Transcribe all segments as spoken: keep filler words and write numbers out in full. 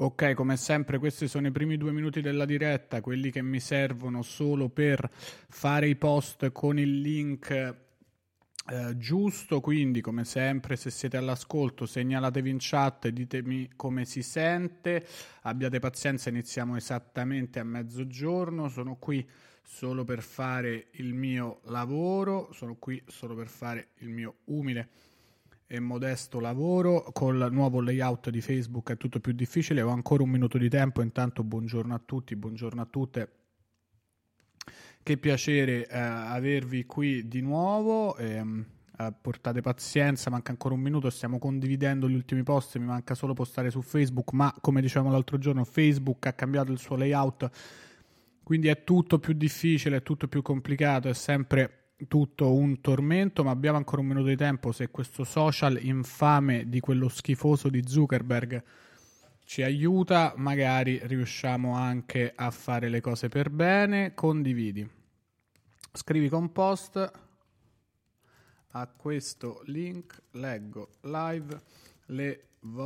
Ok, come sempre questi sono i primi due minuti della diretta, quelli che mi servono solo per fare i post con il link eh, giusto, quindi come sempre se siete all'ascolto segnalatevi in chat, ditemi come si sente, abbiate pazienza, iniziamo esattamente a mezzogiorno, sono qui solo per fare il mio lavoro, sono qui solo per fare il mio umile e modesto lavoro. Col nuovo layout di Facebook è tutto più difficile, ho ancora un minuto di tempo, intanto buongiorno a tutti, buongiorno a tutte, che piacere eh, avervi qui di nuovo, eh, portate pazienza, manca ancora un minuto, stiamo condividendo gli ultimi post, mi manca solo postare su Facebook, ma come dicevamo l'altro giorno Facebook ha cambiato il suo layout, quindi è tutto più difficile, è tutto più complicato, è sempre tutto un tormento, ma abbiamo ancora un minuto di tempo. Se questo social infame di quello schifoso di Zuckerberg ci aiuta, magari riusciamo anche a fare le cose per bene. Condividi, scrivi con post a questo link, leggo live le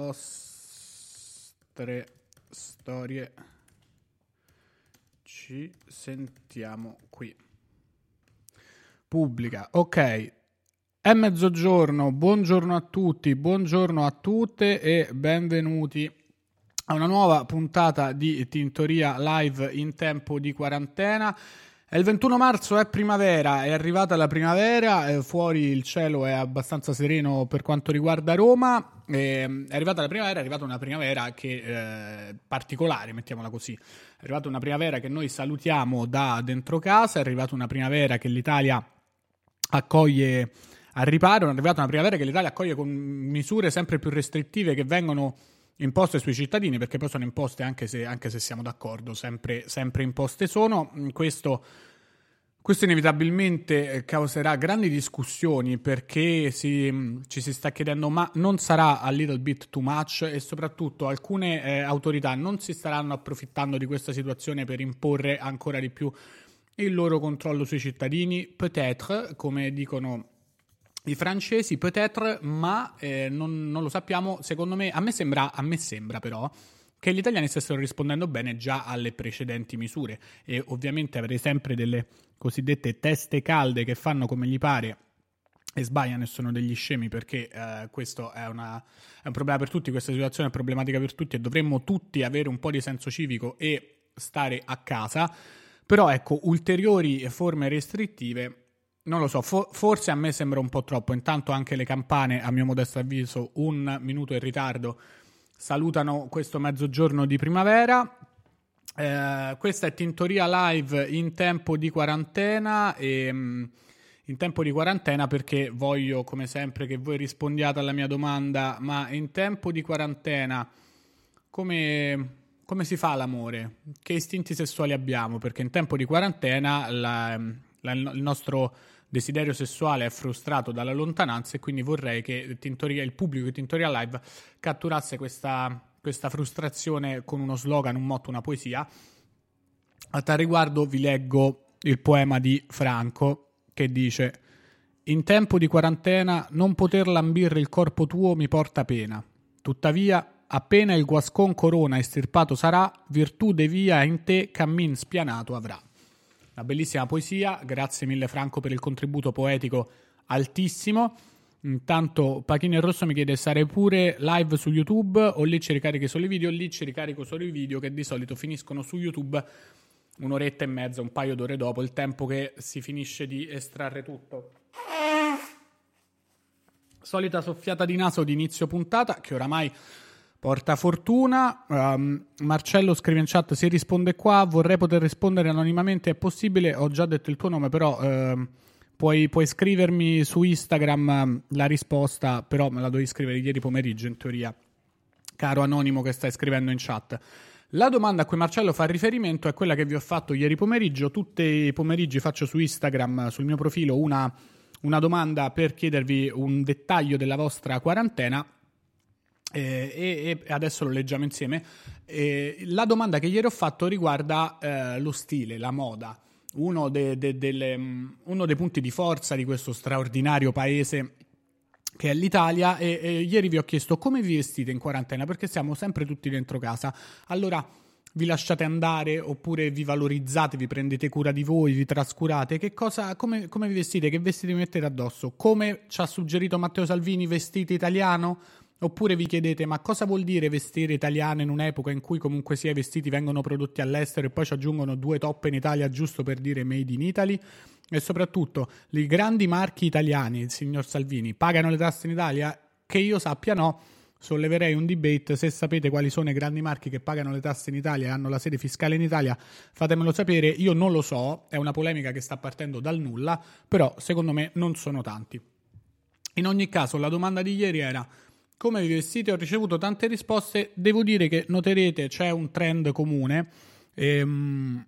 vostre storie, ci sentiamo qui. Pubblica, ok, è mezzogiorno, buongiorno a tutti, buongiorno a tutte e benvenuti a una nuova puntata di Tintoria Live in tempo di quarantena. È il ventuno marzo, è primavera, è arrivata la primavera, eh, fuori il cielo è abbastanza sereno per quanto riguarda Roma, eh, è arrivata la primavera, è arrivata una primavera che eh, particolare, mettiamola così, è arrivata una primavera che noi salutiamo da dentro casa, è arrivata una primavera che l'Italia accoglie al riparo, è arrivata una primavera che l'Italia accoglie con misure sempre più restrittive che vengono imposte sui cittadini, perché poi sono imposte anche se, anche se siamo d'accordo, sempre, sempre imposte sono. Questo, questo inevitabilmente causerà grandi discussioni, perché si, ci si sta chiedendo ma non sarà a little bit too much, e soprattutto alcune eh, autorità non si staranno approfittando di questa situazione per imporre ancora di più il loro controllo sui cittadini, peut-être, come dicono i francesi, peut-être, ma eh, non, non lo sappiamo. Secondo me, a me sembra, a me sembra però che gli italiani stessero rispondendo bene già alle precedenti misure, e ovviamente avrei sempre delle cosiddette teste calde che fanno come gli pare e sbagliano e sono degli scemi, perché eh, questo è, una, è un problema per tutti, questa situazione è problematica per tutti e dovremmo tutti avere un po' di senso civico e stare a casa. Però ecco, ulteriori forme restrittive, non lo so, for- forse a me sembra un po' troppo. Intanto anche le campane, a mio modesto avviso, un minuto in ritardo, salutano questo mezzogiorno di primavera. Eh, questa è Tintoria Live in tempo di quarantena, e mh, in tempo di quarantena perché voglio, come sempre, che voi rispondiate alla mia domanda: ma in tempo di quarantena come... come si fa l'amore? Che istinti sessuali abbiamo? Perché in tempo di quarantena la, la, il nostro desiderio sessuale è frustrato dalla lontananza, e quindi vorrei che Tintoria, il pubblico di Tintoria Live catturasse questa, questa frustrazione con uno slogan, un motto, una poesia. A tal riguardo vi leggo il poema di Franco che dice: in tempo di quarantena non poter lambire il corpo tuo mi porta pena, tuttavia appena il guascon corona estirpato sarà, virtù de via in te cammin spianato avrà. Una bellissima poesia, grazie mille Franco per il contributo poetico altissimo. Intanto Pachino e Rosso mi chiede: sarei pure live su YouTube o lì ci ricarichi solo i video? Lì ci ricarico solo i video, che di solito finiscono su YouTube un'oretta e mezza, un paio d'ore dopo, il tempo che si finisce di estrarre tutto. Solita soffiata di naso di inizio puntata, che oramai porta fortuna. um, Marcello scrive in chat: si risponde qua, vorrei poter rispondere anonimamente, è possibile? Ho già detto il tuo nome, però uh, puoi, puoi scrivermi su Instagram um, la risposta, però me la dovevi scrivere ieri pomeriggio in teoria, caro anonimo che stai scrivendo in chat. La domanda a cui Marcello fa riferimento è quella che vi ho fatto ieri pomeriggio. Tutti i pomeriggi faccio su Instagram, sul mio profilo, una, una domanda per chiedervi un dettaglio della vostra quarantena. Eh, e, e adesso lo leggiamo insieme. Eh, la domanda che ieri ho fatto riguarda eh, lo stile, la moda, uno, de, de, delle, um, uno dei punti di forza di questo straordinario paese che è l'Italia, e, e ieri vi ho chiesto come vi vestite in quarantena, perché siamo sempre tutti dentro casa. Allora, vi lasciate andare oppure vi valorizzate, vi prendete cura di voi, vi trascurate? Che cosa, come, come vi vestite? Che vestiti mettete addosso? Come ci ha suggerito Matteo Salvini, vestite italiano? Oppure vi chiedete, ma cosa vuol dire vestire italiano in un'epoca in cui comunque sia i vestiti vengono prodotti all'estero e poi ci aggiungono due toppe in Italia giusto per dire made in Italy? E soprattutto, i grandi marchi italiani, il signor Salvini, pagano le tasse in Italia? Che io sappia no. Solleverei un debate: se sapete quali sono i grandi marchi che pagano le tasse in Italia e hanno la sede fiscale in Italia, fatemelo sapere. Io non lo so, è una polemica che sta partendo dal nulla, però secondo me non sono tanti. In ogni caso, la domanda di ieri era: come vi vestite? Ho ricevuto tante risposte. Devo dire che noterete c'è un trend comune. Ehm,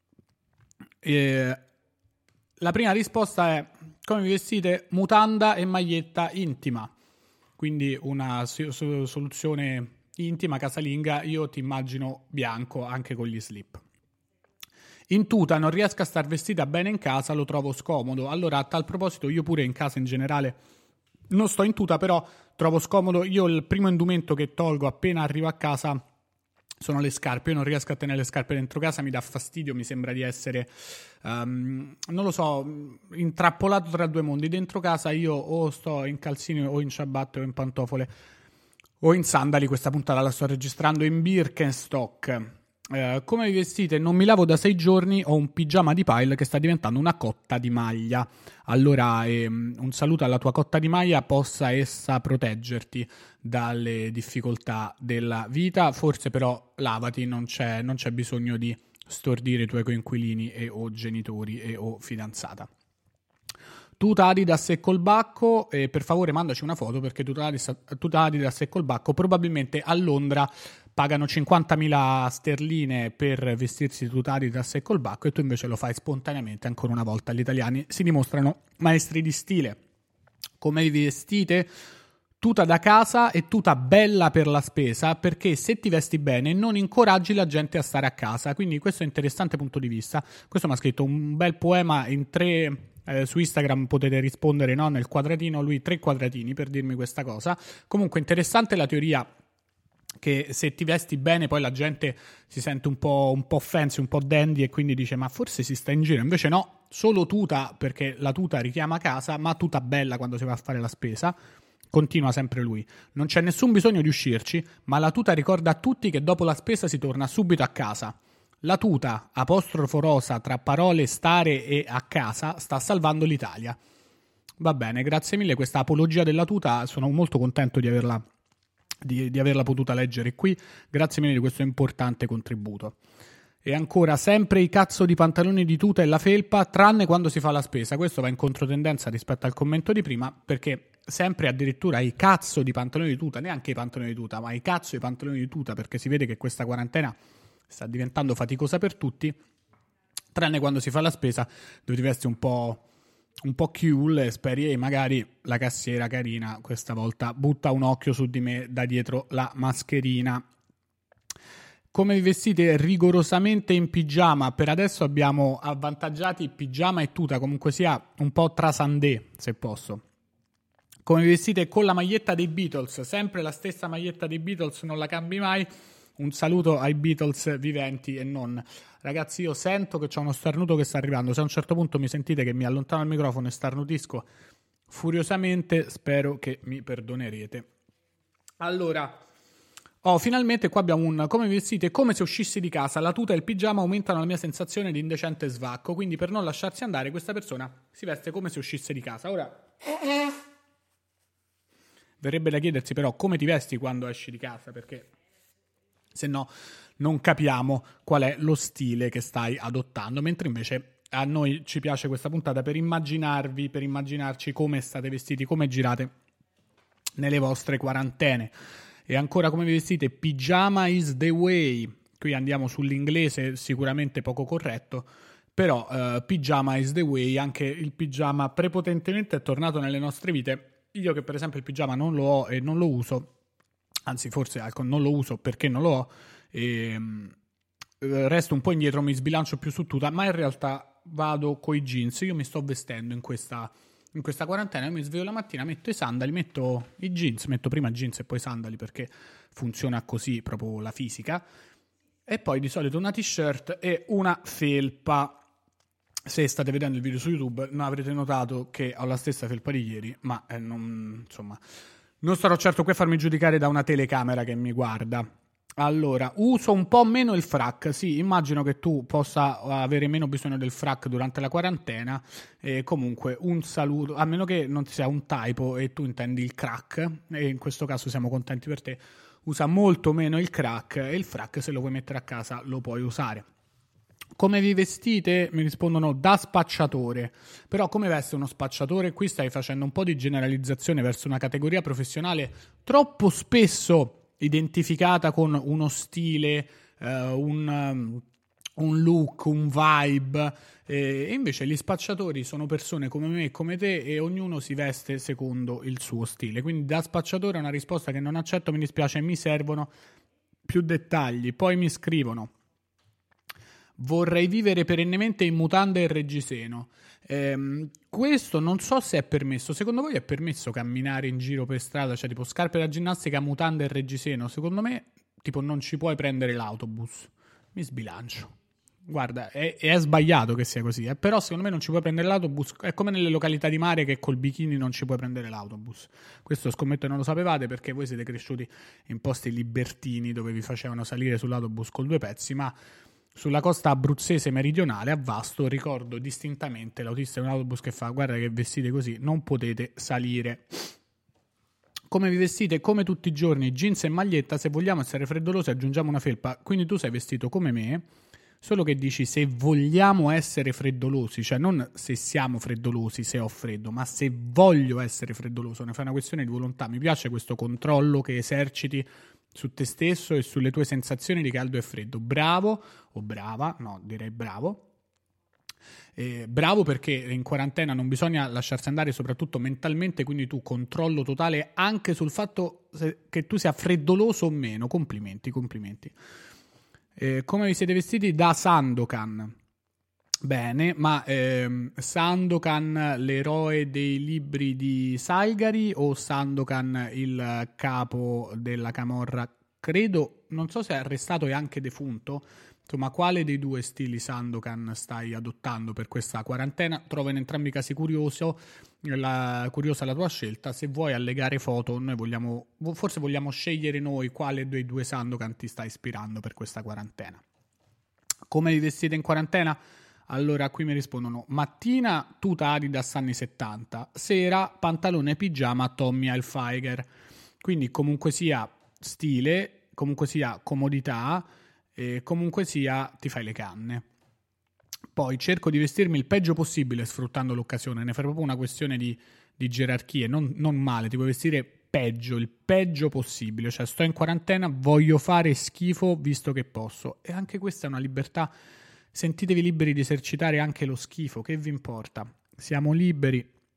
eh, la prima risposta è: come vi vestite? Mutanda e maglietta intima. Quindi una so- soluzione intima, casalinga. Io ti immagino bianco anche con gli slip. In tuta non riesco a star vestita bene in casa, lo trovo scomodo. Allora, a tal proposito, io pure in casa in generale non sto in tuta, però trovo scomodo. Io il primo indumento che tolgo appena arrivo a casa sono le scarpe. Io non riesco a tenere le scarpe dentro casa, mi dà fastidio, mi sembra di essere, um, non lo so, intrappolato tra due mondi. Dentro casa io o sto in calzini o in ciabatte o in pantofole o in sandali. Questa puntata la sto registrando in Birkenstock. Uh, come vi vestite? Non mi lavo da sei giorni, ho un pigiama di Pile che sta diventando una cotta di maglia. Allora, ehm, un saluto alla tua cotta di maglia, possa essa proteggerti dalle difficoltà della vita. Forse però lavati, non c'è, non c'è bisogno di stordire i tuoi coinquilini e o genitori e o fidanzata. Tuta Adidas e col bacco, eh, per favore mandaci una foto, perché tuta Adidas, tuta Adidas e col bacco probabilmente a Londra pagano cinquantamila sterline per vestirsi di tuta Adidas e col bacco, e tu invece lo fai spontaneamente. Ancora una volta gli italiani si dimostrano maestri di stile. Come vi vestite? Tuta da casa e tuta bella per la spesa, perché se ti vesti bene non incoraggi la gente a stare a casa. Quindi questo è un interessante punto di vista. Questo mi ha scritto un bel poema in tre... Eh, su Instagram potete rispondere, no, nel quadratino, lui tre quadratini per dirmi questa cosa. Comunque interessante la teoria che se ti vesti bene poi la gente si sente un po', un po' fancy, un po' dandy, e quindi dice ma forse si sta in giro. Invece no, solo tuta, perché la tuta richiama casa, ma tuta bella quando si va a fare la spesa. Continua sempre lui: non c'è nessun bisogno di uscirci, ma la tuta ricorda a tutti che dopo la spesa si torna subito a casa. La tuta, apostrofo rosa tra parole stare e a casa, sta salvando l'Italia. Va bene, grazie mille. Questa apologia della tuta sono molto contento di averla, di, di averla potuta leggere qui. Grazie mille di questo importante contributo. E ancora, sempre i cazzo di pantaloni di tuta e la felpa, tranne quando si fa la spesa. Questo va in controtendenza rispetto al commento di prima, perché sempre addirittura i cazzo di pantaloni di tuta, neanche i pantaloni di tuta, ma i cazzo di pantaloni di tuta, perché si vede che questa quarantena sta diventando faticosa per tutti, tranne quando si fa la spesa, dove ti vesti un po', un po' cool e speri e magari la cassiera carina questa volta butta un occhio su di me da dietro la mascherina. Come vi vestite? Rigorosamente in pigiama. Per adesso abbiamo avvantaggiati pigiama e tuta, comunque sia un po' trasandé, se posso. Come vi vestite? Con la maglietta dei Beatles, sempre la stessa maglietta dei Beatles, non la cambi mai. Un saluto ai Beatles viventi e non. Ragazzi, io sento che c'è uno starnuto che sta arrivando. Se a un certo punto mi sentite che mi allontano il microfono e starnutisco furiosamente, spero che mi perdonerete. Allora, oh, finalmente qua abbiamo un come vi vestite, come se uscissi di casa. La tuta e il pigiama aumentano la mia sensazione di indecente svacco. Quindi, per non lasciarsi andare, questa persona si veste come se uscisse di casa. Ora, verrebbe da chiedersi però come ti vesti quando esci di casa, perché se no non capiamo qual è lo stile che stai adottando, mentre invece a noi ci piace questa puntata per immaginarvi, per immaginarci come state vestiti, come girate nelle vostre quarantene. E ancora, come vi vestite? Pigiama is the way. Qui andiamo sull'inglese sicuramente poco corretto, però uh, pigiama is the way. Anche il pigiama prepotentemente è tornato nelle nostre vite. Io che per esempio il pigiama non lo ho e non lo uso, anzi forse ecco, non lo uso perché non lo ho, e resto un po' indietro, mi sbilancio più su tuta, ma in realtà vado coi jeans. Io mi sto vestendo in questa in questa quarantena io mi sveglio la mattina, metto i sandali, metto i jeans, metto prima jeans e poi sandali perché funziona così proprio la fisica, e poi di solito una t-shirt e una felpa. Se state vedendo il video su YouTube non avrete notato che ho la stessa felpa di ieri, ma eh, non, insomma, non starò certo qui a farmi giudicare da una telecamera che mi guarda. Allora, uso un po' meno il frac, sì, immagino che tu possa avere meno bisogno del frac durante la quarantena, e comunque un saluto, a meno che non sia un typo e tu intendi il crack, e in questo caso siamo contenti per te, usa molto meno il crack, e il frac se lo vuoi mettere a casa lo puoi usare. Come vi vestite? Mi rispondono da spacciatore. Però come veste uno spacciatore? Qui stai facendo un po' di generalizzazione verso una categoria professionale troppo spesso identificata con uno stile, eh, un, um, un look, un vibe, eh, e invece gli spacciatori sono persone come me e come te e ognuno si veste secondo il suo stile. Quindi da spacciatore è una risposta che non accetto, mi dispiace, mi servono più dettagli. Poi mi scrivono: vorrei vivere perennemente in mutande e reggiseno. Eh, questo non so se è permesso. Secondo voi è permesso camminare in giro per strada, cioè tipo scarpe da ginnastica, mutande e reggiseno? Secondo me, tipo, non ci puoi prendere l'autobus. Mi sbilancio. Guarda, è, è sbagliato che sia così, eh? Però secondo me non ci puoi prendere l'autobus. È come nelle località di mare che col bikini non ci puoi prendere l'autobus. Questo scommetto non lo sapevate perché voi siete cresciuti in posti libertini dove vi facevano salire sull'autobus col due pezzi, ma sulla costa abruzzese meridionale, a Vasto, ricordo distintamente l'autista di un autobus che fa: guarda che vestite così, non potete salire. Come vi vestite? Come tutti i giorni, jeans e maglietta. Se vogliamo essere freddolosi aggiungiamo una felpa. Quindi tu sei vestito come me, solo che dici se vogliamo essere freddolosi, cioè non se siamo freddolosi, se ho freddo, ma se voglio essere freddoloso. Ne fai una questione di volontà. Mi piace questo controllo che eserciti su te stesso e sulle tue sensazioni di caldo e freddo. Bravo o brava, no, direi bravo. Eh, bravo, perché in quarantena non bisogna lasciarsi andare, soprattutto mentalmente, quindi tu controllo totale anche sul fatto che tu sia freddoloso o meno. Complimenti, complimenti. Eh, come vi siete vestiti? Da Sandokan. Bene, ma ehm, Sandokan l'eroe dei libri di Salgari o Sandokan il capo della camorra? Credo, non so se è arrestato e anche defunto. Insomma, quale dei due stili Sandokan stai adottando per questa quarantena? Trovo in entrambi i casi curioso, la, curiosa la tua scelta. Se vuoi allegare foto, noi vogliamo, forse vogliamo scegliere noi quale dei due Sandokan ti sta ispirando per questa quarantena. Come vi vestite in quarantena? Allora, qui mi rispondono: mattina tuta Adidas anni settanta, sera pantalone pigiama Tommy Hilfiger. Quindi comunque sia stile, comunque sia comodità, e comunque sia ti fai le canne. Poi cerco di vestirmi il peggio possibile sfruttando l'occasione, ne fai proprio una questione di, di gerarchie, non, non male, ti puoi vestire peggio, il peggio possibile, cioè sto in quarantena, voglio fare schifo visto che posso, e anche questa è una libertà. Sentitevi liberi di esercitare anche lo schifo, che vi importa? Siamo liberi,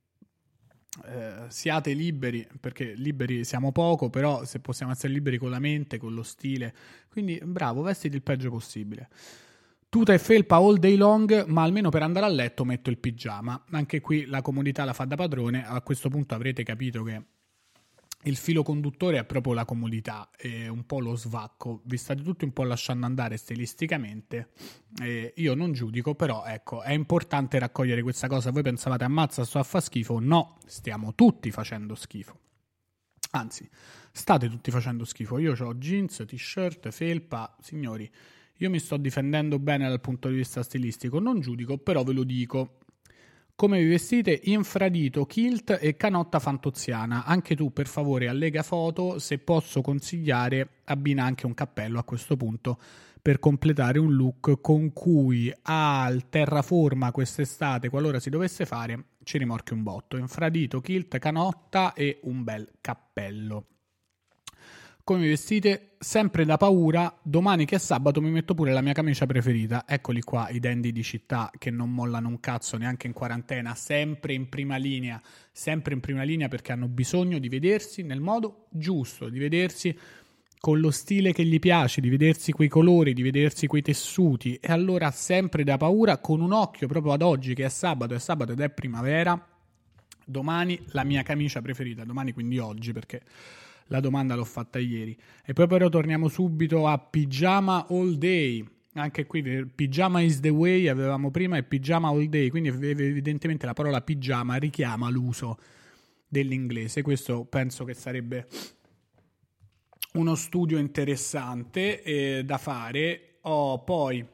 eh, siate liberi, perché liberi siamo poco, però se possiamo essere liberi con la mente, con lo stile, quindi bravo, vestiti il peggio possibile. Tuta e felpa all day long, ma almeno per andare a letto metto il pigiama. Anche qui la comodità la fa da padrone. A questo punto avrete capito che il filo conduttore è proprio la comodità e un po' lo svacco. Vi state tutti un po' lasciando andare stilisticamente. Eh, io non giudico, però ecco, è importante raccogliere questa cosa. Voi pensavate: ammazza, sto a fa schifo? No, stiamo tutti facendo schifo. Anzi, state tutti facendo schifo. Io ho jeans, t-shirt, felpa. Signori, io mi sto difendendo bene dal punto di vista stilistico. Non giudico, però ve lo dico. Come vi vestite? Infradito, kilt e canotta fantoziana. Anche tu, per favore, allega foto. Se posso consigliare, abbina anche un cappello a questo punto per completare un look con cui al terraforma quest'estate, qualora si dovesse fare, ci rimorchi un botto. Infradito, kilt, canotta e un bel cappello. Come vi vestite? Sempre da paura. Domani che è sabato mi metto pure la mia camicia preferita. Eccoli qua, i dandy di città che non mollano un cazzo neanche in quarantena, sempre in prima linea, sempre in prima linea perché hanno bisogno di vedersi nel modo giusto, di vedersi con lo stile che gli piace, di vedersi quei colori, di vedersi quei tessuti. E allora sempre da paura, con un occhio proprio ad oggi che è sabato, è sabato ed è primavera, Domani la mia camicia preferita, domani quindi oggi, perché la domanda l'ho fatta ieri. E poi però torniamo subito a Pigiama All Day. Anche qui Pigiama is the way avevamo prima e Pigiama All Day, quindi evidentemente la parola pigiama richiama l'uso dell'inglese. Questo penso che sarebbe uno studio interessante eh, da fare. Oh, poi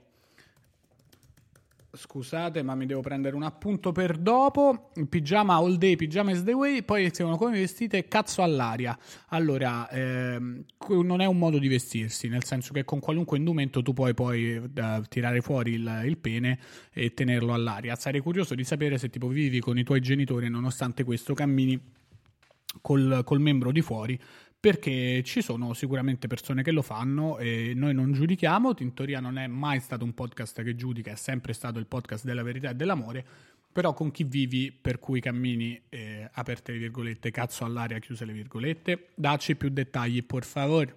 scusate, ma mi devo prendere un appunto per dopo. Pigiama all day, pigiama is the way. Poi secondo come vestite, cazzo all'aria. Allora, ehm, non è un modo di vestirsi, nel senso che con qualunque indumento tu puoi poi uh, tirare fuori il, il pene e tenerlo all'aria. Sarei curioso di sapere se tipo vivi con i tuoi genitori e nonostante questo cammini col, col membro di fuori, perché ci sono sicuramente persone che lo fanno e noi non giudichiamo. Tintoria non è mai stato un podcast che giudica, è sempre stato il podcast della verità e dell'amore, però con chi vivi per cui cammini, eh, aperte le virgolette, cazzo all'aria, chiuse le virgolette. Dacci più dettagli, por favore.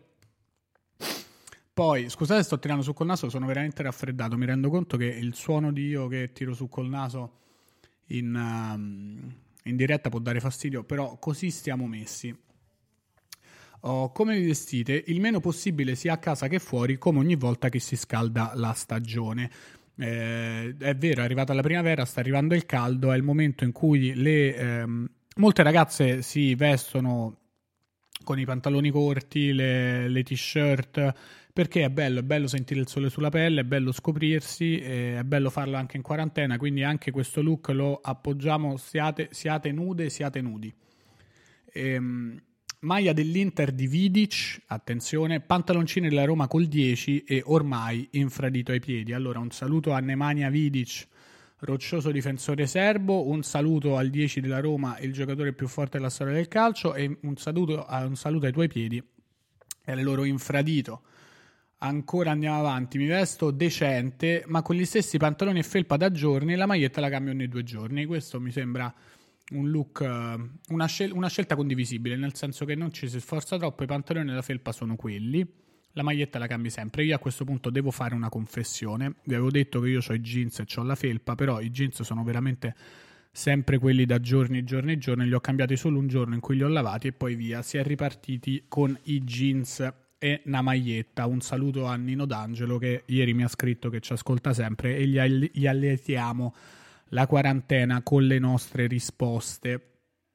Poi, scusate, sto tirando su col naso, sono veramente raffreddato, mi rendo conto che il suono di io che tiro su col naso in, um, in diretta può dare fastidio, però così stiamo messi. Oh, come vi vestite? Il meno possibile sia a casa che fuori, come ogni volta che si scalda la stagione. Eh, è vero, è arrivata la primavera, sta arrivando il caldo, è il momento in cui le, ehm, molte ragazze si vestono con i pantaloni corti, le, le t-shirt, perché è bello, è bello sentire il sole sulla pelle, è bello scoprirsi, eh, è bello farlo anche in quarantena, quindi anche questo look lo appoggiamo, siate, siate nude, siate nudi. Ehm... Maglia dell'Inter di Vidic, attenzione, pantaloncini della Roma col dieci e ormai infradito ai piedi. Allora un saluto a Nemanja Vidic, roccioso difensore serbo, un saluto al dieci della Roma, il giocatore più forte della storia del calcio, e un saluto, un saluto ai tuoi piedi e alle loro infradito. Ancora andiamo avanti, mi vesto decente, ma con gli stessi pantaloni e felpa da giorni e la maglietta la cambio ogni due giorni. Questo mi sembra un look, una, scel- una scelta condivisibile, nel senso che non ci si sforza troppo, i pantaloni e la felpa sono quelli, la maglietta la cambi sempre. Io a questo punto devo fare una confessione, vi avevo detto che io ho i jeans e ho la felpa, però i jeans sono veramente sempre quelli da giorni, giorni e giorni, li ho cambiati solo un giorno in cui li ho lavati e poi via, si è ripartiti con i jeans e una maglietta. Un saluto a Nino D'Angelo che ieri mi ha scritto che ci ascolta sempre e gli, all- gli allietiamo la quarantena con le nostre risposte.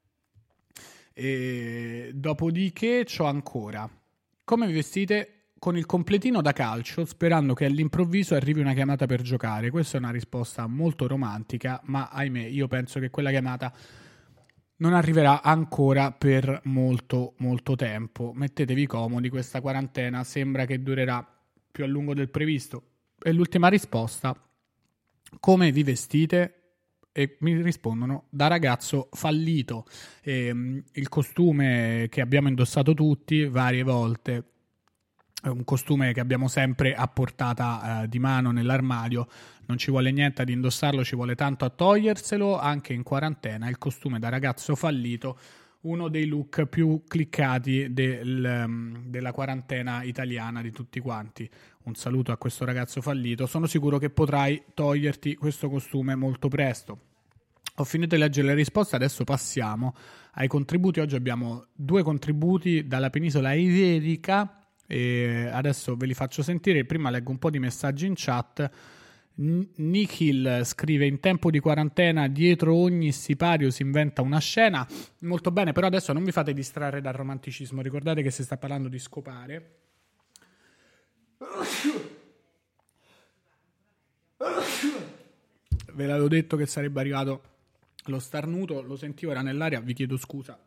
E dopodiché c'ho ancora come vi vestite con il completino da calcio sperando che all'improvviso arrivi una chiamata per giocare. Questa è una risposta molto romantica, ma ahimè io penso che quella chiamata non arriverà ancora per molto molto tempo. Mettetevi comodi, questa quarantena sembra che durerà più a lungo del previsto. E l'ultima risposta: come vi vestite? E mi rispondono da ragazzo fallito. E, il costume che abbiamo indossato tutti varie volte, è un costume che abbiamo sempre a portata eh, di mano nell'armadio, non ci vuole niente ad indossarlo, ci vuole tanto a toglierselo anche in quarantena. Il costume da ragazzo fallito, uno dei look più cliccati del, della quarantena italiana di tutti quanti. Un saluto a questo ragazzo fallito, sono sicuro che potrai toglierti questo costume molto presto. Ho finito di leggere le risposte, adesso passiamo ai contributi. Oggi abbiamo due contributi dalla penisola iberica e adesso ve li faccio sentire. Prima leggo un po' di messaggi in chat. Nikhil scrive: in tempo di quarantena dietro ogni sipario si inventa una scena. Molto bene, però adesso non vi fate distrarre dal romanticismo, ricordate che si sta parlando di scopare. Ve l'avevo detto che sarebbe arrivato lo starnuto, lo sentivo, era nell'aria, vi chiedo scusa.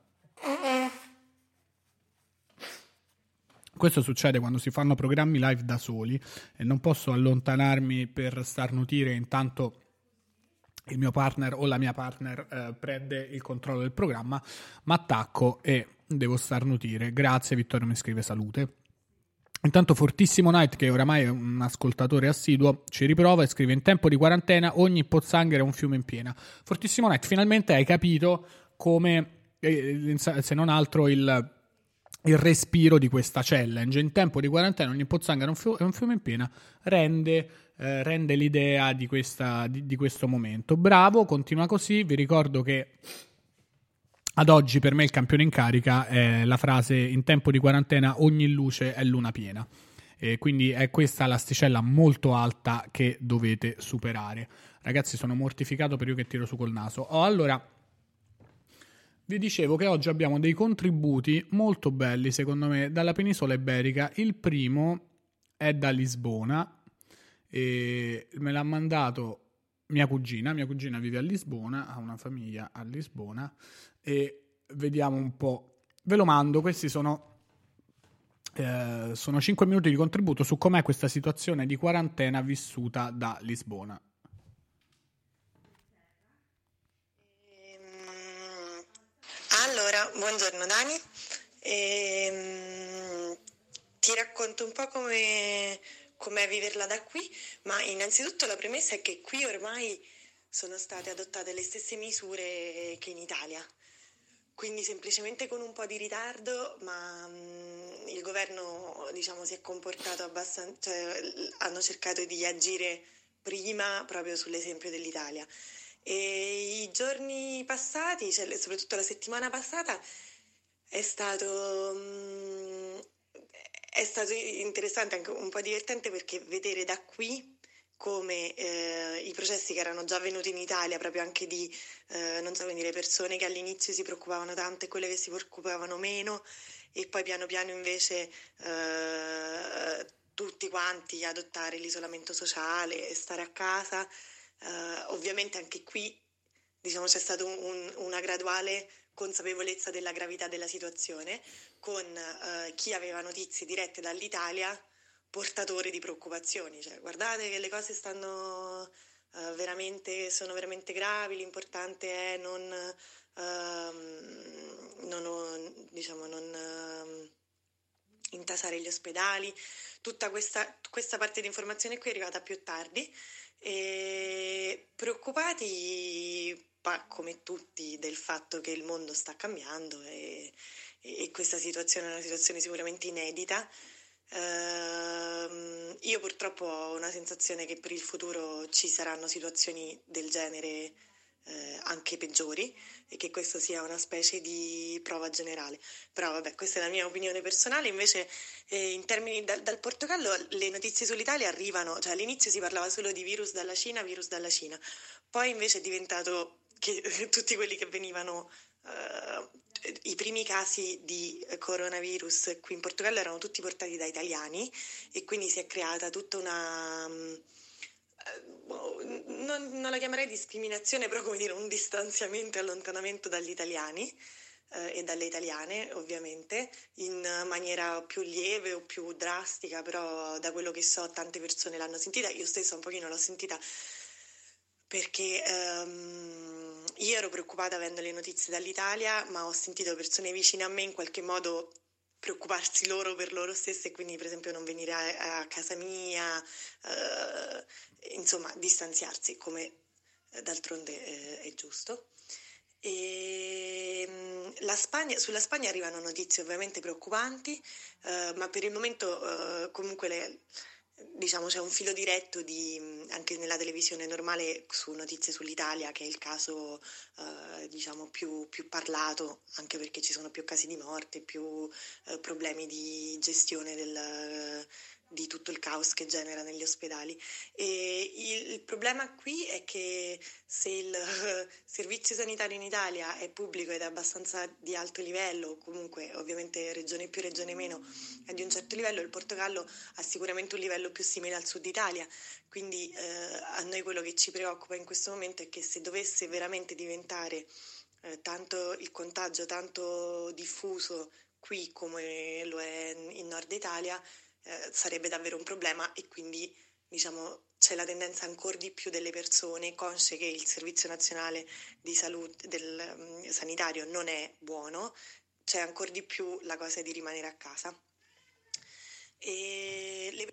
Questo succede quando si fanno programmi live da soli e non posso allontanarmi per starnutire intanto il mio partner o la mia partner eh, prende il controllo del programma, ma attacco e devo starnutire. Grazie, Vittorio mi scrive salute. Intanto Fortissimo Night, che oramai è un ascoltatore assiduo, ci riprova e scrive: in tempo di quarantena ogni pozzanghera è un fiume in piena. Fortissimo Night, finalmente hai capito come, eh, se non altro, il, il respiro di questa challenge. In tempo di quarantena ogni pozzanghera è un fiume, è un fiume in piena, rende, eh, rende l'idea di, questa, di, di questo momento. Bravo, continua così. Vi ricordo che ad oggi per me il campione in carica è la frase in tempo di quarantena ogni luce è luna piena. E quindi è questa l'asticella molto alta che dovete superare. Ragazzi, sono mortificato per io che tiro su col naso. Oh, allora, vi dicevo che oggi abbiamo dei contributi molto belli, secondo me, dalla penisola iberica. Il primo è da Lisbona e me l'ha mandato mia cugina. Mia cugina vive a Lisbona, ha una famiglia a Lisbona e vediamo un po'. Ve lo mando, questi sono... Eh, sono cinque minuti di contributo su com'è questa situazione di quarantena vissuta da Lisbona. Ehm, Allora, buongiorno Dani. Ehm, Ti racconto un po' come com'è viverla da qui, ma innanzitutto la premessa è che qui ormai sono state adottate le stesse misure che in Italia. Quindi semplicemente con un po' di ritardo, ma mm, il governo, diciamo, si è comportato abbastanza, cioè l- hanno cercato di agire prima proprio sull'esempio dell'Italia. E i giorni passati, cioè le- soprattutto la settimana passata, è stato, mm, è stato interessante, anche un po' divertente perché vedere da qui come eh, i processi che erano già avvenuti in Italia, proprio anche di eh, non so, quindi le persone che all'inizio si preoccupavano tanto e quelle che si preoccupavano meno e poi piano piano invece eh, tutti quanti adottare l'isolamento sociale e stare a casa. Eh, ovviamente anche qui diciamo c'è stata un- un- una graduale consapevolezza della gravità della situazione con eh, chi aveva notizie dirette dall'Italia portatore di preoccupazioni, cioè guardate che le cose stanno eh, veramente, sono veramente gravi, l'importante è non, ehm, non ho- diciamo, non ehm, intasare gli ospedali. Tutta questa, questa parte di informazione qui è arrivata più tardi e preoccupati, pa- come tutti, del fatto che il mondo sta cambiando e, e questa situazione è una situazione sicuramente inedita. Ehm, io purtroppo ho una sensazione che per il futuro ci saranno situazioni del genere eh, anche peggiori e che questo sia una specie di prova generale. Però vabbè, questa è la mia opinione personale. Invece eh, in termini dal, dal Portogallo le notizie sull'Italia arrivano, cioè all'inizio si parlava solo di virus dalla Cina, virus dalla Cina, poi invece è diventato che tutti quelli che venivano eh, i primi casi di coronavirus qui in Portogallo erano tutti portati da italiani e quindi si è creata tutta una mm, eh, non, non la chiamerei discriminazione, però come dire un distanziamento e allontanamento dagli italiani eh, e dalle italiane, ovviamente, in maniera più lieve o più drastica, però da quello che so tante persone l'hanno sentita, io stessa un pochino l'ho sentita perché ehm, io ero preoccupata avendo le notizie dall'Italia, ma ho sentito persone vicine a me in qualche modo preoccuparsi loro per loro stesse e quindi per esempio non venire a, a casa mia, eh, insomma distanziarsi come eh, d'altronde eh, è giusto. E, mh, la Spagna, sulla Spagna arrivano notizie ovviamente preoccupanti, eh, ma per il momento eh, comunque le, diciamo c'è un filo diretto di, mh, anche nella televisione normale su notizie sull'Italia, che è il caso eh, diciamo più, più parlato, anche perché ci sono più casi di morte, più eh, problemi di gestione del, di tutto il caos che genera negli ospedali. E il, il problema qui è che se il eh, servizio sanitario in Italia è pubblico ed è abbastanza di alto livello, comunque ovviamente regione più, regione meno, è di un certo livello, il Portogallo ha sicuramente un livello più simile al sud Italia, quindi eh, a noi quello che ci preoccupa in questo momento è che se dovesse veramente diventare eh, tanto il contagio tanto diffuso qui come lo è in Nord Italia, eh, sarebbe davvero un problema e quindi diciamo c'è la tendenza ancora di più delle persone consce che il servizio nazionale di salute del um, sanitario non è buono, c'è ancora di più la cosa di rimanere a casa. E le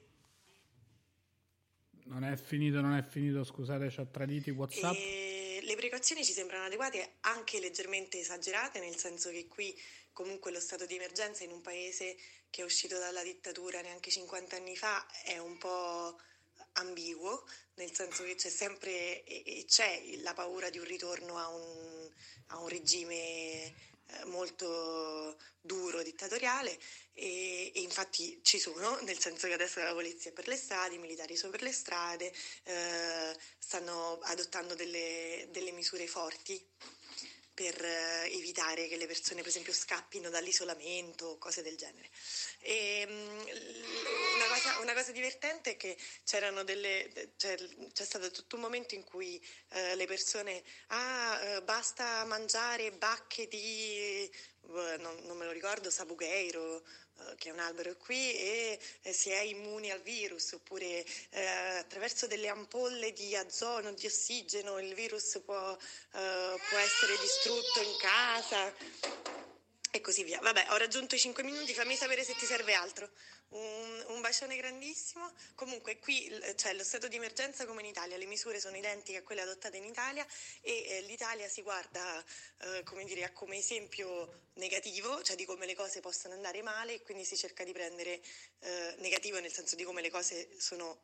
Non è finito, non è finito, scusate, ci ha traditi WhatsApp. E le precauzioni ci sembrano adeguate, anche leggermente esagerate, nel senso che qui comunque lo stato di emergenza in un paese che è uscito dalla dittatura neanche cinquanta anni fa è un po' ambiguo, nel senso che c'è sempre e c'è la paura di un ritorno a un, a un regime eh, molto duro, dittatoriale, e, e infatti ci sono, nel senso che adesso la polizia è per le strade, i militari sono per le strade, eh, stanno adottando delle, delle misure forti per eh, evitare che le persone, per esempio, scappino dall'isolamento o cose del genere. E, mh, una, cosa, una cosa divertente è che c'erano delle, cioè, c'è stato tutto un momento in cui eh, le persone, ah, eh, basta mangiare bacche di, eh, non, non me lo ricordo, sabughero, che è un albero qui, e eh, si è immuni al virus, oppure eh, attraverso delle ampolle di ozono, di ossigeno, il virus può, eh, può essere distrutto in casa e così via. Vabbè, ho raggiunto i cinque minuti, fammi sapere se ti serve altro. Un, un bacione grandissimo. Comunque qui c'è lo stato di emergenza come in Italia, le misure sono identiche a quelle adottate in Italia e eh, l'Italia si guarda eh, come dire, come esempio negativo, cioè di come le cose possono andare male, e quindi si cerca di prendere eh, negativo nel senso di come le cose sono,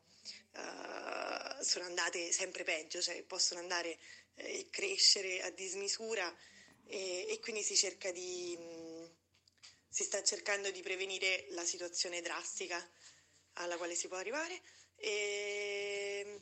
uh, sono andate sempre peggio, cioè possono andare e eh, crescere a dismisura, e, e quindi si cerca di... Mh, si sta cercando di prevenire la situazione drastica alla quale si può arrivare. E...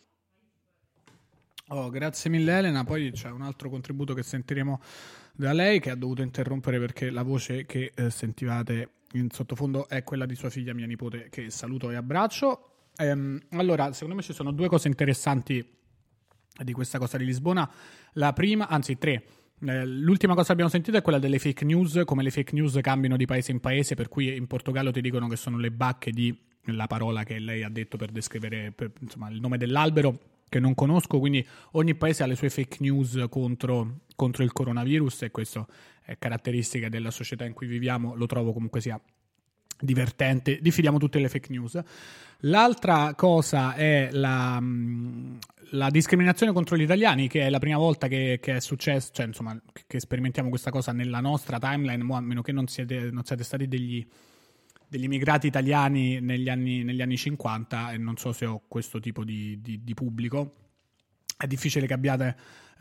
Oh, grazie mille Elena, poi c'è un altro contributo che sentiremo da lei, che ha dovuto interrompere perché la voce che eh, sentivate in sottofondo è quella di sua figlia, mia nipote, che saluto e abbraccio. Ehm, allora, secondo me ci sono due cose interessanti di questa cosa di Lisbona. La prima, anzi tre. Eh, l'ultima cosa che abbiamo sentito è quella delle fake news, come le fake news cambiano di paese in paese, per cui in Portogallo ti dicono che sono le bacche di la parola che lei ha detto per descrivere per, insomma, il nome dell'albero, che non conosco, quindi ogni paese ha le sue fake news contro, contro il coronavirus, e questo è caratteristica della società in cui viviamo, lo trovo comunque sia divertente, diffidiamo tutte le fake news. L'altra cosa è la, la discriminazione contro gli italiani, che è la prima volta che, che è successo, cioè insomma che sperimentiamo questa cosa nella nostra timeline, a meno che non siete, non siete stati degli, degli immigrati italiani negli anni, negli anni cinquanta, e non so se ho questo tipo di, di, di pubblico. È difficile che abbiate,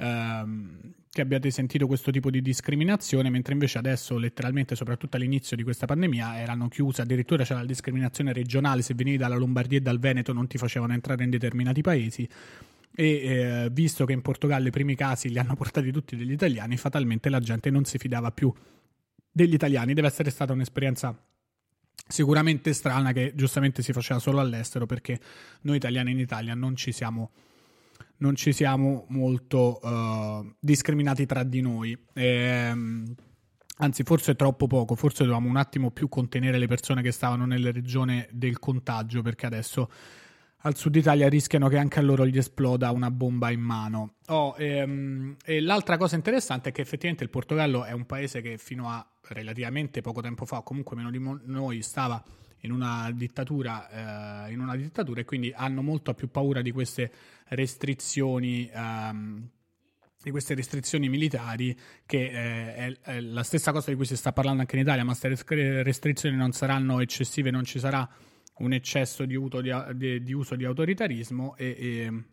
ehm, che abbiate sentito questo tipo di discriminazione, mentre invece adesso, letteralmente, soprattutto all'inizio di questa pandemia, erano chiuse, addirittura c'era la discriminazione regionale, se venivi dalla Lombardia e dal Veneto non ti facevano entrare in determinati paesi, e eh, visto che in Portogallo i primi casi li hanno portati tutti degli italiani, fatalmente la gente non si fidava più degli italiani. Deve essere stata un'esperienza sicuramente strana, che giustamente si faceva solo all'estero, perché noi italiani in Italia non ci siamo non ci siamo molto uh, discriminati tra di noi, ehm, anzi forse troppo poco, forse dovevamo un attimo più contenere le persone che stavano nelle regioni del contagio, perché adesso al sud Italia rischiano che anche a loro gli esploda una bomba in mano. Oh, ehm, e l'altra cosa interessante è che effettivamente il Portogallo è un paese che fino a relativamente poco tempo fa, o comunque meno di mo- noi, stava in una dittatura, eh, in una dittatura, e quindi hanno molto più paura di queste restrizioni, um, di queste restrizioni militari, che eh, è, è la stessa cosa di cui si sta parlando anche in Italia, ma queste restrizioni non saranno eccessive, non ci sarà un eccesso di, uso di, di, di uso di autoritarismo, e, e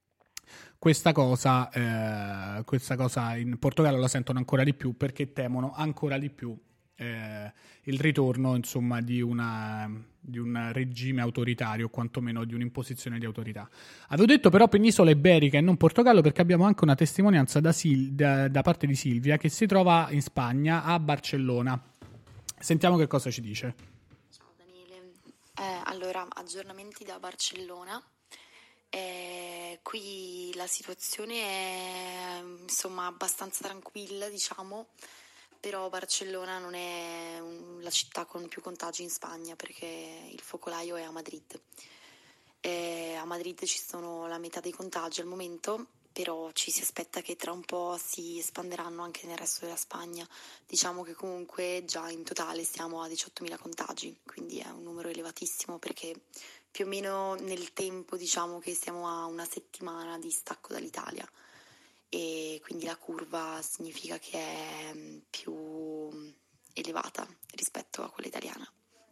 questa cosa, eh, questa cosa in Portogallo la sentono ancora di più, perché temono ancora di più Eh, il ritorno, insomma, di, una, di un regime autoritario, o quantomeno di un'imposizione di autorità. Avevo detto però penisola iberica e non Portogallo, perché abbiamo anche una testimonianza da, Sil- da, da parte di Silvia, che si trova in Spagna, a Barcellona. Sentiamo che cosa ci dice. Ciao Daniele, eh, allora aggiornamenti da Barcellona. Eh, qui la situazione è insomma abbastanza tranquilla, diciamo. Però Barcellona non è un, la città con più contagi in Spagna, perché il focolaio è a Madrid. E a Madrid ci sono la metà dei contagi al momento, però ci si aspetta che tra un po' si espanderanno anche nel resto della Spagna. Diciamo che comunque già in totale stiamo a diciottomila contagi, quindi è un numero elevatissimo, perché più o meno nel tempo diciamo che stiamo a una settimana di stacco dall'Italia. E quindi la curva significa che è più elevata rispetto a quella italiana.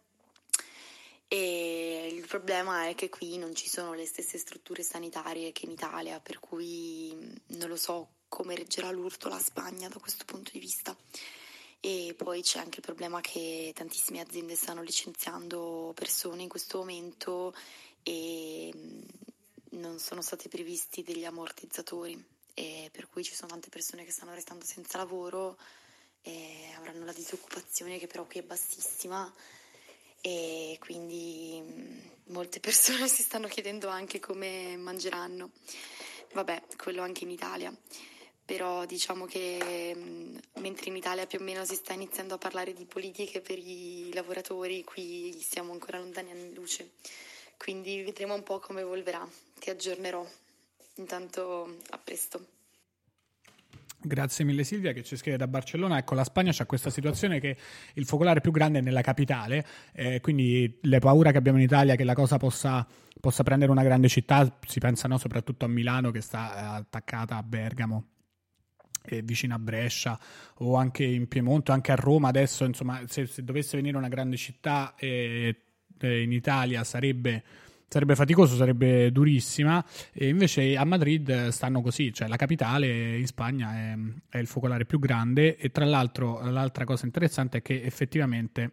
E il problema è che qui non ci sono le stesse strutture sanitarie che in Italia, per cui non lo so come reggerà l'urto la Spagna da questo punto di vista. E poi c'è anche il problema che tantissime aziende stanno licenziando persone in questo momento e non sono stati previsti degli ammortizzatori, e per cui ci sono tante persone che stanno restando senza lavoro e avranno la disoccupazione, che però qui è bassissima, e quindi molte persone si stanno chiedendo anche come mangeranno. Vabbè, quello anche in Italia. Però diciamo che mh, mentre in Italia più o meno si sta iniziando a parlare di politiche per i lavoratori, qui siamo ancora lontani anni luce, quindi vedremo un po' come evolverà, ti aggiornerò. Intanto a presto. Grazie mille Silvia, che ci scrive da Barcellona. Ecco, la Spagna c'ha questa situazione che il focolare più grande è nella capitale, eh, quindi le paure che abbiamo in Italia che la cosa possa, possa prendere una grande città, si pensano soprattutto a Milano, che sta attaccata a Bergamo, vicino a Brescia, o anche in Piemonte, anche a Roma adesso, insomma, se, se dovesse venire una grande città eh, eh, in Italia sarebbe, sarebbe faticoso, sarebbe durissima, e invece a Madrid stanno così, cioè la capitale in Spagna è, è il focolare più grande. E tra l'altro l'altra cosa interessante è che effettivamente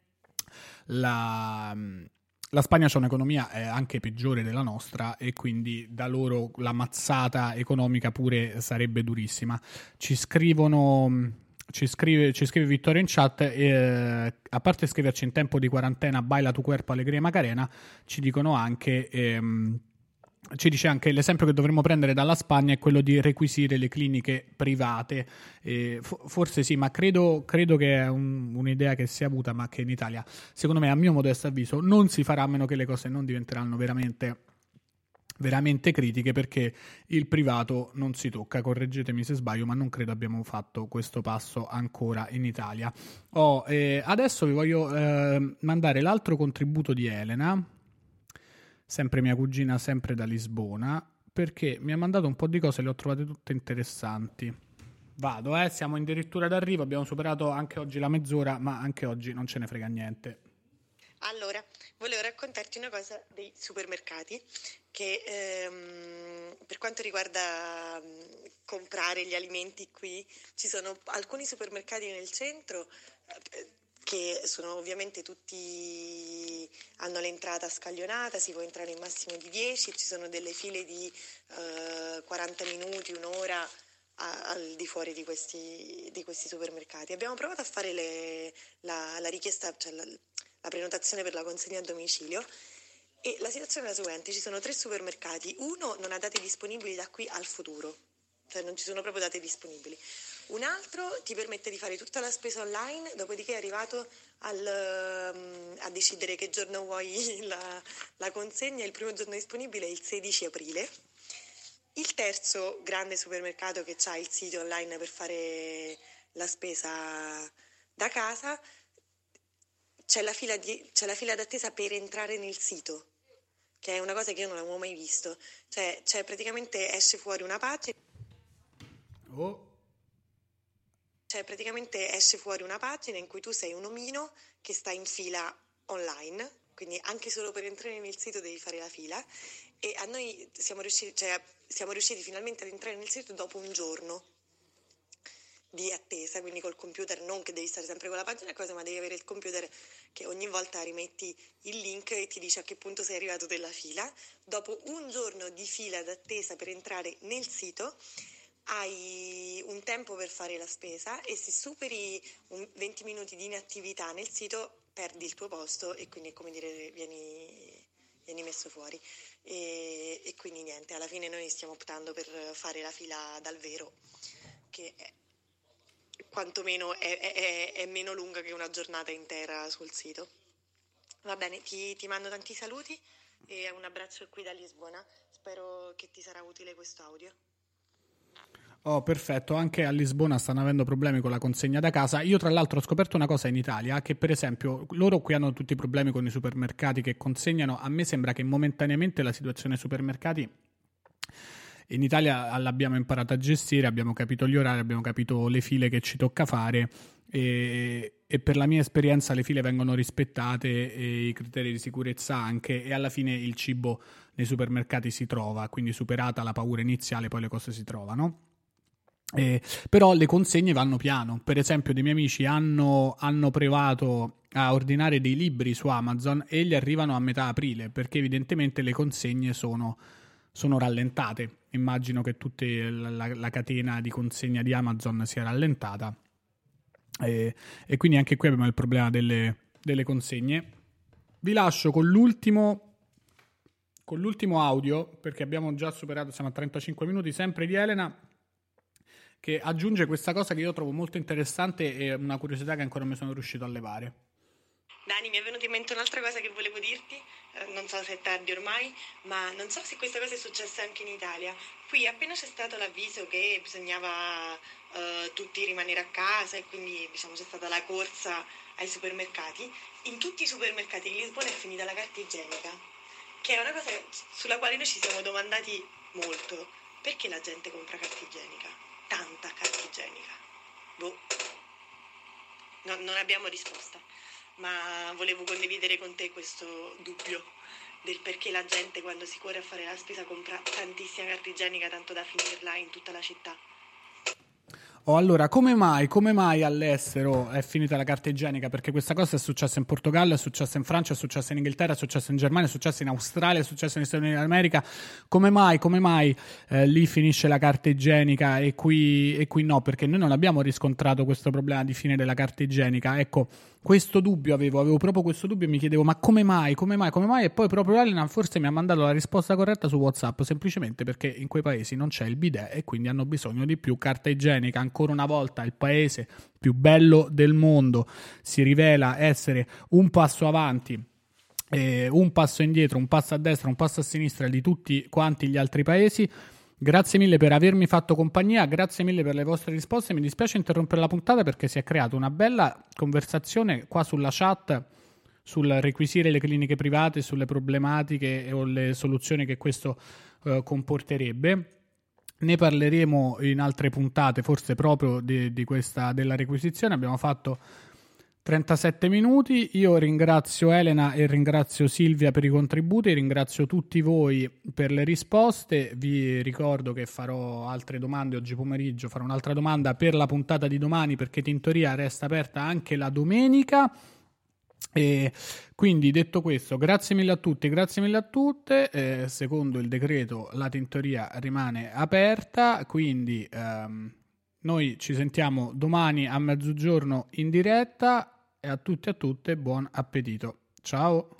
la... La Spagna c'ha un'economia eh, anche peggiore della nostra, e quindi da loro la mazzata economica pure sarebbe durissima. Ci scrivono, ci scrive, ci scrive Vittorio in chat, eh, a parte scriverci in tempo di quarantena baila tu cuerpo alegria Macarena, ci dicono anche... Ehm, ci dice anche l'esempio che dovremmo prendere dalla Spagna è quello di requisire le cliniche private. Eh, forse sì, ma credo, credo che è un, un'idea che si è avuta, ma che in Italia, secondo me, a mio modesto avviso, non si farà, a meno che le cose non diventeranno veramente, veramente critiche, perché il privato non si tocca. Correggetemi se sbaglio, ma non credo abbiamo fatto questo passo ancora in Italia. Oh, eh, adesso vi voglio eh, mandare l'altro contributo di Elena, sempre mia cugina, sempre da Lisbona, perché mi ha mandato un po' di cose, le ho trovate tutte interessanti. Vado, eh, siamo addirittura d'arrivo, abbiamo superato anche oggi la mezz'ora, ma anche oggi non ce ne frega niente. Allora, volevo raccontarti una cosa dei supermercati, che ehm, per quanto riguarda mh, comprare gli alimenti qui, ci sono alcuni supermercati nel centro eh, che sono ovviamente tutti, hanno l'entrata scaglionata, si può entrare in massimo di dieci, ci sono delle file di eh, quaranta minuti, un'ora a, al di fuori di questi, di questi supermercati. Abbiamo provato a fare le, la, la richiesta, cioè la, la prenotazione per la consegna a domicilio, e la situazione è la seguente: ci sono tre supermercati, uno non ha date disponibili da qui al futuro, cioè non ci sono proprio date disponibili. Un altro ti permette di fare tutta la spesa online, dopodiché è arrivato al, um, a decidere che giorno vuoi la, la consegna. Il primo giorno disponibile è il sedici aprile. Il terzo grande supermercato che ha il sito online per fare la spesa da casa, c'è la fila, di, c'è la fila d'attesa per entrare nel sito, che è una cosa che io non avevo mai visto. Cioè, cioè praticamente esce fuori una pagina. Oh. Cioè praticamente esce fuori una pagina in cui tu sei un omino che sta in fila online, quindi anche solo per entrare nel sito devi fare la fila, e a noi siamo riusciti, cioè, siamo riusciti finalmente ad entrare nel sito dopo un giorno di attesa, quindi col computer, non che devi stare sempre con la pagina cosa, ma devi avere il computer che ogni volta rimetti il link e ti dice a che punto sei arrivato della fila. Dopo un giorno di fila d'attesa per entrare nel sito hai un tempo per fare la spesa, e se superi un venti minuti di inattività nel sito perdi il tuo posto, e quindi, come dire, vieni, vieni messo fuori. E, e quindi niente, alla fine noi stiamo optando per fare la fila dal vero, che è, quantomeno è, è, è meno lunga che una giornata intera sul sito. Va bene, ti, ti mando tanti saluti e un abbraccio qui da Lisbona. Spero che ti sarà utile questo audio. Oh, perfetto, anche a Lisbona stanno avendo problemi con la consegna da casa. Io tra l'altro ho scoperto una cosa in Italia, che per esempio loro qui hanno tutti i problemi con i supermercati che consegnano. A me sembra che momentaneamente la situazione supermercati in Italia l'abbiamo imparato a gestire, abbiamo capito gli orari, abbiamo capito le file che ci tocca fare, e, e per la mia esperienza le file vengono rispettate, e i criteri di sicurezza anche, e alla fine il cibo nei supermercati si trova, quindi superata la paura iniziale poi le cose si trovano. Eh, però le consegne vanno piano. Per esempio, dei miei amici hanno, hanno provato a ordinare dei libri su Amazon e gli arrivano a metà aprile, perché evidentemente le consegne sono, sono rallentate. Immagino che tutta la, la catena di consegna di Amazon sia rallentata. E, e quindi anche qui abbiamo il problema delle, delle consegne. Vi lascio con l'ultimo, con l'ultimo audio, perché abbiamo già superato, siamo a trentacinque minuti, sempre di Elena, che aggiunge questa cosa che io trovo molto interessante e una curiosità che ancora non mi sono riuscito a levare. Dani, mi è venuta in mente un'altra cosa che volevo dirti, eh, non so se è tardi ormai, ma non so se questa cosa è successa anche in Italia. Qui appena c'è stato l'avviso che bisognava eh, tutti rimanere a casa e quindi diciamo c'è stata la corsa ai supermercati, in tutti i supermercati di Lisbona è finita la carta igienica, che è una cosa sulla quale noi ci siamo domandati molto. Perché la gente compra carta igienica? Tanta carta igienica. Boh. No, non abbiamo risposta, ma volevo condividere con te questo dubbio del perché la gente quando si corre a fare la spesa compra tantissima carta igienica tanto da finirla in tutta la città. Oh, allora, come mai, come mai all'estero è finita la carta igienica? Perché questa cosa è successa in Portogallo, è successa in Francia, è successa in Inghilterra, è successa in Germania, è successa in Australia, è successa negli Stati Uniti d'America. Come mai, come mai eh, lì finisce la carta igienica e qui, e qui no? Perché noi non abbiamo riscontrato questo problema di fine della carta igienica. Ecco, questo dubbio avevo, avevo proprio questo dubbio e mi chiedevo ma come mai, come mai, come mai? E poi proprio Elena forse mi ha mandato la risposta corretta su WhatsApp, semplicemente perché in quei paesi non c'è il bidet e quindi hanno bisogno di più carta igienica. Ancora una volta il paese più bello del mondo si rivela essere un passo avanti, eh, un passo indietro, un passo a destra, un passo a sinistra di tutti quanti gli altri paesi. Grazie mille per avermi fatto compagnia, grazie mille per le vostre risposte. Mi dispiace interrompere la puntata perché si è creata una bella conversazione qua sulla chat sul requisire le cliniche private, sulle problematiche o le soluzioni che questo eh, comporterebbe. Ne parleremo in altre puntate, forse proprio di, di questa, della requisizione. Abbiamo fatto trentasette minuti. Io ringrazio Elena e ringrazio Silvia per i contributi, ringrazio tutti voi per le risposte. Vi ricordo che farò altre domande oggi pomeriggio, farò un'altra domanda per la puntata di domani, perché Tintoria resta aperta anche la domenica. E quindi, detto questo, grazie mille a tutti, grazie mille a tutte. Eh, secondo il decreto la tintoria rimane aperta, quindi ehm, noi ci sentiamo domani a mezzogiorno in diretta e a tutti e a tutte buon appetito. Ciao.